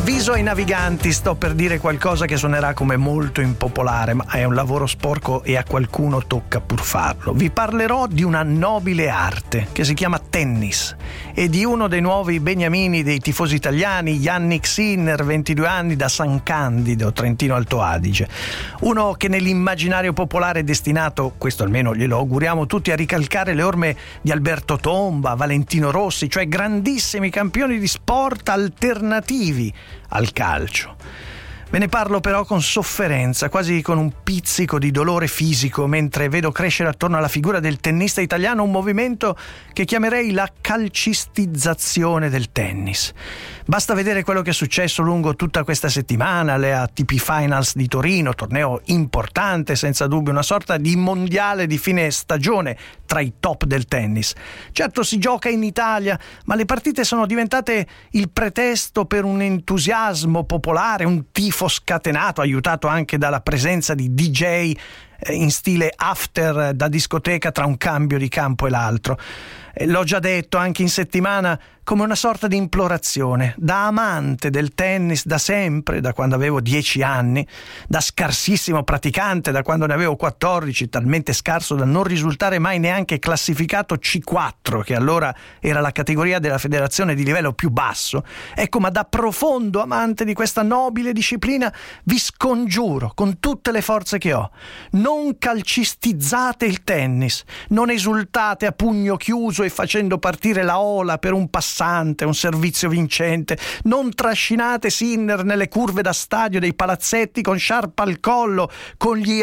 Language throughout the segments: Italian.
Avviso ai naviganti, sto per dire qualcosa che suonerà come molto impopolare, ma è un lavoro sporco e a qualcuno tocca pur farlo. Vi parlerò di una nobile arte che si chiama tennis e di uno dei nuovi beniamini dei tifosi italiani, Jannik Sinner, 22 anni, da San Candido, Trentino Alto Adige. Uno che nell'immaginario popolare è destinato, questo almeno glielo auguriamo tutti, a ricalcare le orme di Alberto Tomba, Valentino Rossi, cioè grandissimi campioni di sport alternativi al calcio. Ve ne parlo però con sofferenza, quasi con un pizzico di dolore fisico, mentre vedo crescere attorno alla figura del tennista italiano un movimento che chiamerei la calcistizzazione del tennis. Basta vedere quello che è successo lungo tutta questa settimana, le ATP Finals di Torino, torneo importante senza dubbio, una sorta di mondiale di fine stagione tra i top del tennis. Certo, si gioca in Italia, ma le partite sono diventate il pretesto per un entusiasmo popolare, un tifo scatenato, aiutato anche dalla presenza di DJ in stile after da discoteca tra un cambio di campo e l'altro. L'ho già detto anche in settimana, come una sorta di implorazione. Da amante del tennis da sempre, da quando avevo 10 anni, da scarsissimo praticante da quando ne avevo 14, talmente scarso da non risultare mai neanche classificato C4, che allora era la categoria della federazione di livello più basso. Ecco, ma da profondo amante di questa nobile disciplina vi scongiuro con tutte le forze che ho: non calcistizzate il tennis, non esultate a pugno chiuso e facendo partire la ola per un passante, un servizio vincente, non trascinate Sinner nelle curve da stadio dei palazzetti con sciarpa al collo, con gli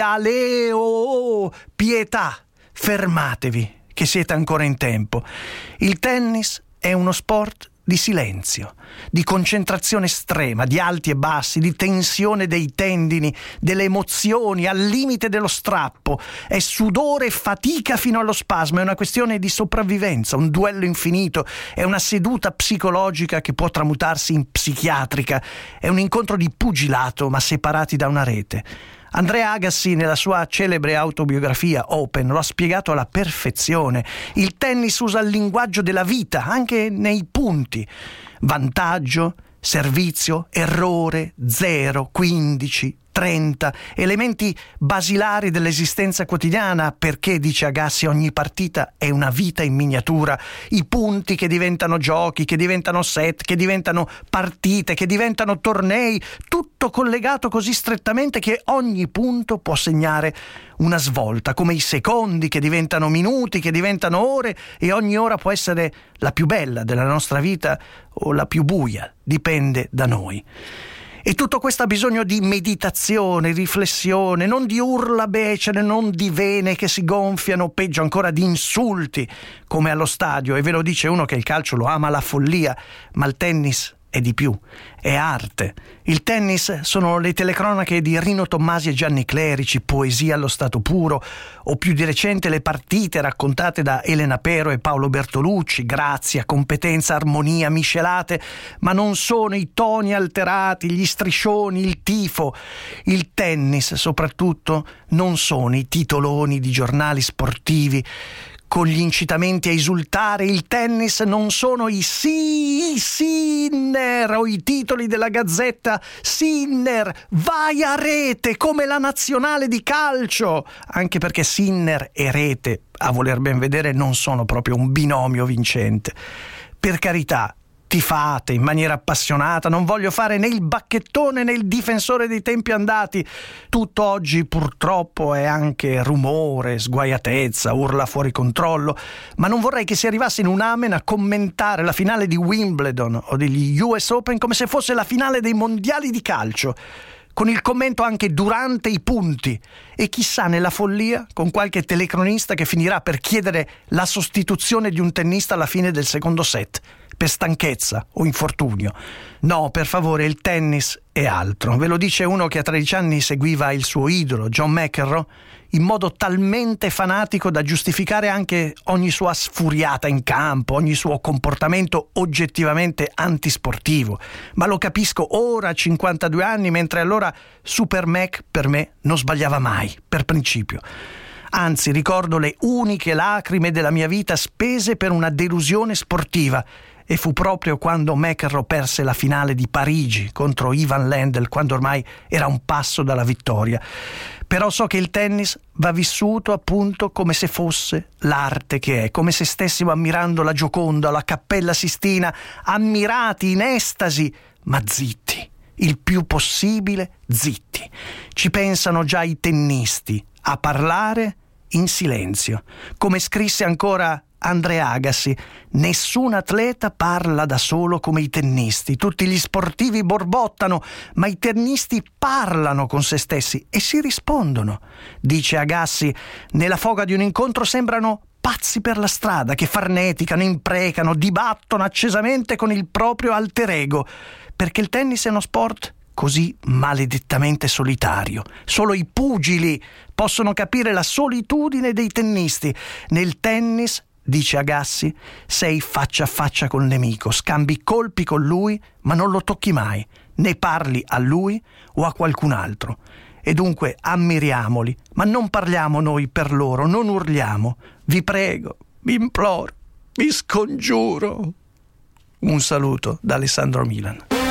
aleo, pietà, fermatevi che siete ancora in tempo. Il tennis è uno sport di silenzio, di concentrazione estrema, di alti e bassi, di tensione dei tendini, delle emozioni, al limite dello strappo. È sudore e fatica fino allo spasmo, è una questione di sopravvivenza, un duello infinito, è una seduta psicologica che può tramutarsi in psichiatrica, è un incontro di pugilato ma separati da una rete. Andrea Agassi, nella sua celebre autobiografia Open, lo ha spiegato alla perfezione. Il tennis usa il linguaggio della vita, anche nei punti. Vantaggio, servizio, errore, 0, 15, 30, elementi basilari dell'esistenza quotidiana, perché, dice Agassi, ogni partita è una vita in miniatura, i punti che diventano giochi, che diventano set, che diventano partite, che diventano tornei, tutto collegato così strettamente che ogni punto può segnare una svolta, come i secondi che diventano minuti, che diventano ore, e ogni ora può essere la più bella della nostra vita o la più buia, dipende da noi. E tutto questo ha bisogno di meditazione, riflessione, non di urla becere, non di vene che si gonfiano, peggio ancora di insulti, come allo stadio. E ve lo dice uno che il calcio lo ama alla follia, ma il tennis è di più, è arte. Il tennis sono le telecronache di Rino Tommasi e Gianni Clerici, poesia allo stato puro, o più di recente le partite raccontate da Elena Pero e Paolo Bertolucci, grazia, competenza, armonia miscelate, ma non sono i toni alterati, gli striscioni, il tifo. Il tennis, soprattutto, non sono i titoloni di giornali sportivi con gli incitamenti a esultare. Il tennis non sono i Sinner o i titoli della Gazzetta Sinner, vai a rete come la nazionale di calcio, anche perché Sinner e rete, a voler ben vedere, non sono proprio un binomio vincente. Per carità, tifate in maniera appassionata, non voglio fare né il bacchettone né il difensore dei tempi andati. Tutto oggi purtroppo è anche rumore, sguaiatezza, urla fuori controllo, ma non vorrei che si arrivasse in un amen a commentare la finale di Wimbledon o degli US Open come se fosse la finale dei mondiali di calcio, con il commento anche durante i punti, e chissà nella follia con qualche telecronista che finirà per chiedere la sostituzione di un tennista alla fine del secondo set per stanchezza o infortunio. No, per favore, il tennis è altro. Ve lo dice uno che a 13 anni seguiva il suo idolo, John McEnroe, in modo talmente fanatico da giustificare anche ogni sua sfuriata in campo, ogni suo comportamento oggettivamente antisportivo. Ma lo capisco ora, a 52 anni, mentre allora Super Mac per me non sbagliava mai, per principio. Anzi, ricordo le uniche lacrime della mia vita spese per una delusione sportiva, e fu proprio quando McEnroe perse la finale di Parigi contro Ivan Lendl, quando ormai era un passo dalla vittoria. Però so che il tennis va vissuto appunto come se fosse l'arte che è, come se stessimo ammirando la Gioconda, la Cappella Sistina, ammirati in estasi, ma zitti, il più possibile zitti. Ci pensano già i tennisti a parlare in silenzio. Come scrisse ancora Andre Agassi, nessun atleta parla da solo come i tennisti. Tutti gli sportivi borbottano, ma i tennisti parlano con se stessi e si rispondono. Dice Agassi, nella foga di un incontro sembrano pazzi per la strada, che farneticano, imprecano, dibattono accesamente con il proprio alter ego, perché il tennis è uno sport così maledettamente solitario. Solo i pugili possono capire la solitudine dei tennisti. Nel tennis, dice Agassi, sei faccia a faccia col nemico, scambi colpi con lui, ma non lo tocchi mai, ne parli a lui o a qualcun altro. E dunque ammiriamoli, ma non parliamo noi per loro, non urliamo. Vi prego, vi imploro, vi scongiuro. Un saluto da Alessandro Milan.